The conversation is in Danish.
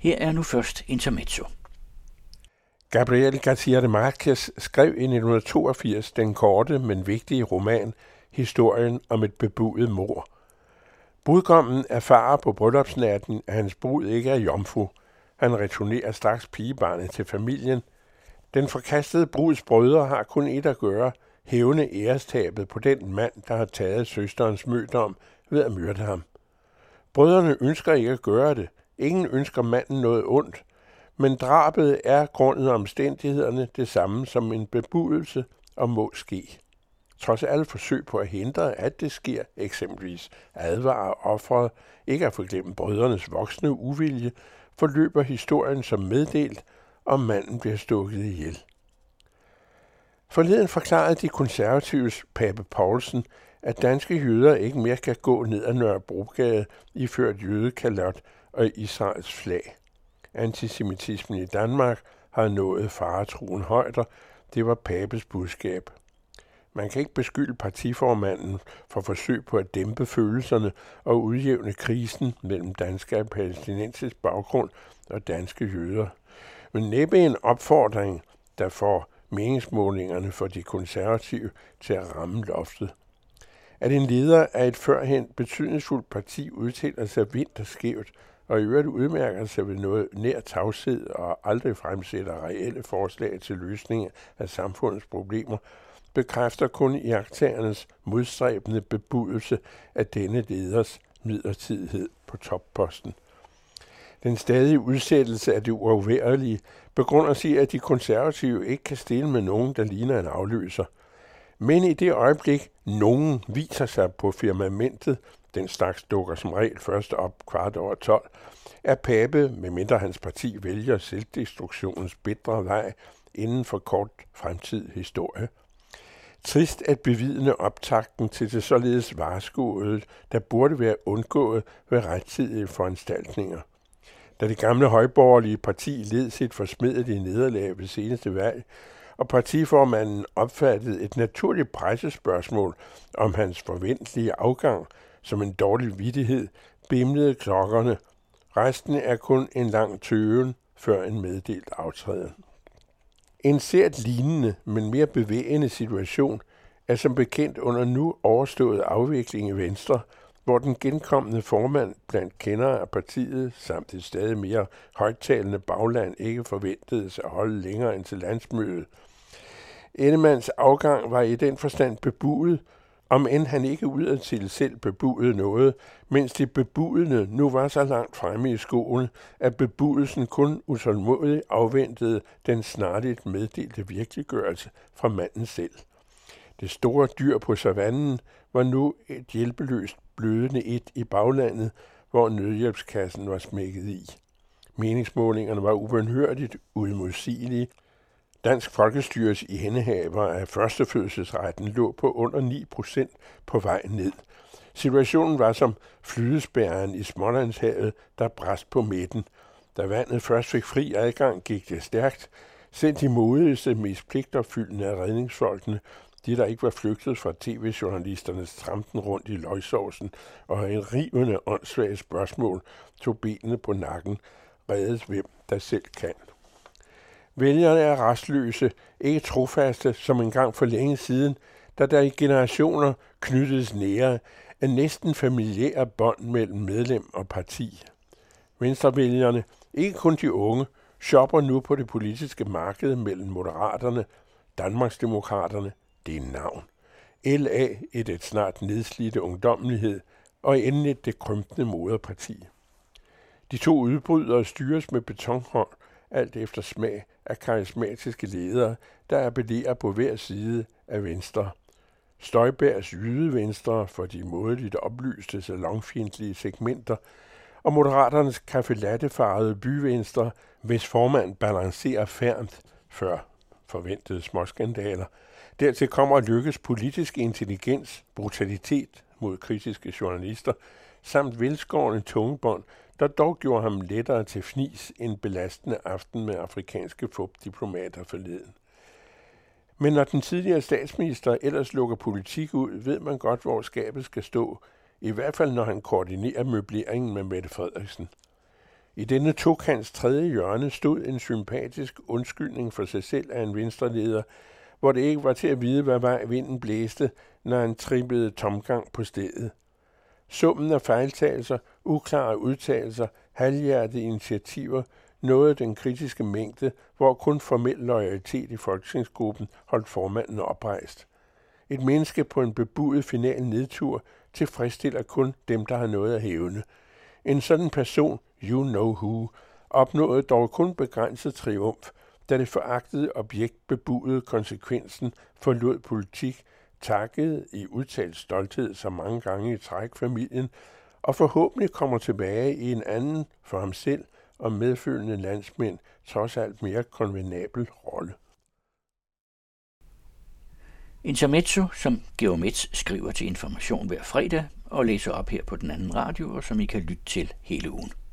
Her er nu først intermezzo. Gabriel García Márquez skrev i 1982 den korte, men vigtige roman Historien om et bebudet mord. Brudgommen erfarer på bryllupsnatten, at hans brud ikke er jomfru. Han returnerer straks pigebarnet til familien. Den forkastede bruds brødre har kun et at gøre, hævne ærestabet på den mand, der har taget søsterens mødom ved at myrde ham. Brødrene ønsker ikke at gøre det. Ingen ønsker manden noget ondt. Men drabet er grundet omstændighederne det samme som en bebudelse og må ske. Trods alle forsøg på at hindre, at det sker, eksempelvis advarer offeret ikke at forglemme brødrenes voksne uvilje, forløber historien som meddelt, om manden bliver stukket ihjel. Forleden forklarede de konservatives Pape Poulsen, at danske jøder ikke mere kan gå ned ad Nørrebrogade iført jødekalot og Israels flag. Antisemitismen i Danmark har nået faretruen højder. Det var Papes budskab. Man kan ikke beskylde partiformanden for forsøg på at dæmpe følelserne og udjævne krisen mellem danske og palæstinensisk baggrund og danske jøder. Men næppe en opfordring, der får meningsmålingerne for de konservative til at ramme loftet. At en leder af et førhen betydningsfuldt parti udtaler sig vinterskævt og i øvrigt udmærker sig ved noget nær tavshed og aldrig fremsætter reelle forslag til løsning af samfundets problemer, bekræfter kun iagttagernes modstræbende bebudelse af denne leders midlertidighed på topposten. Den stadige udsættelse af det uafværlige begrunder sig, at de konservative ikke kan stille med nogen, der ligner en afløser. Men i det øjeblik, nogen viser sig på firmamentet, den slags dukker som regel først op 12:15, er Pape, medmindre hans parti vælger selvdestruktionens bitre vej inden for kort fremtid historie. Trist at bevidne optakten til det således varskuede, der burde være undgået ved rettidige foranstaltninger. Da det gamle højborgerlige parti led sit forsmedelige nederlag ved seneste valg, og partiformanden opfattede et naturligt pressespørgsmål om hans forventelige afgang som en dårlig vittighed, bimlede klokkerne. Resten er kun en lang tøven før en meddelt aftræden. En sært lignende, men mere bevægende situation er som bekendt under nu overstået afvikling i Venstre, hvor den genkommende formand blandt kendere af partiet samt et stadig mere højttalende bagland ikke forventedes at holde længere end til landsmødet. Endemanns afgang var i den forstand bebudet, om end han ikke udadtil selv bebudede noget, mens de bebudende nu var så langt fremme i skoene, at bebudelsen kun utålmodigt afventede den snarligt meddelte virkeliggørelse fra manden selv. Det store dyr på savannen var nu et hjælpeløst blødende et i baglandet, hvor nødhjælpskassen var smækket i. Meningsmålingerne var ubønhørligt udmodsigelige. Dansk folkestyres ihændehaver af førstefødselsretten lå på under 9% på vej ned. Situationen var som flydespærren i Smålandshavet, der brast på midten. Da vandet først fik fri adgang, gik det stærkt. Selv de modigste, mest pligtopfyldende af redningsfolkene, de der ikke var flygtet fra tv-journalisternes trampen rundt i løgsovsen og en rivende åndssvage spørgsmål, tog benene på nakken, reddet hvem der selv kan. Vælgerne er restløse, ikke trofaste som engang for længe siden, da der i generationer knyttedes nære af næsten familiære bånd mellem medlem og parti. Venstrevælgerne, ikke kun de unge, shopper nu på det politiske marked mellem Moderaterne, Danmarksdemokraterne, det er navn, LA i det snart nedslidte ungdommelighed og endelig det krympende moderparti. De to udbrydere styres med betonhånd, alt efter smag af karismatiske ledere, der appellerer på hver side af Venstre. Støjbergs jydevenstre for de mådeligt oplyste salonfjendtlige segmenter, og Moderaternes kaffe-latte-farvede byvenstre, hvis formand balancerer færnt før forventede småskandaler. Dertil kommer Lykkes politisk intelligens, brutalitet mod kritiske journalister, samt velskårende tungebånd, der dog gjorde ham lettere til fnis en belastende aften med afrikanske fupdiplomater forleden. Men når den tidligere statsminister ellers lukker politik ud, ved man godt, hvor skabet skal stå, i hvert fald når han koordinerer møbleringen med Mette Frederiksen. I denne tokants tredje hjørne stod en sympatisk undskyldning for sig selv af en venstreleder, hvor det ikke var til at vide, hvad vej vinden blæste, når han trippede tomgang på stedet. Summen af fejltagelser, uklare udtalelser, halvhjertede initiativer nåede den kritiske mængde, hvor kun formel loyalitet i folketingsgruppen holdt formanden oprejst. Et menneske på en bebudet final nedtur tilfredsstiller kun dem, der har noget at hævne. En sådan person, you know who, opnåede dog kun begrænset triumf, da det foragtede objekt bebudede konsekvensen forlod politik, takkede i udtalt stolthed så mange gange i træk familien, og forhåbentlig kommer tilbage i en anden for ham selv og medfølgende landsmænd trods alt mere konvenabel rolle. Intermezzo, som Georg Metz skriver til Information hver fredag og læser op her på den anden radio, og som I kan lytte til hele ugen.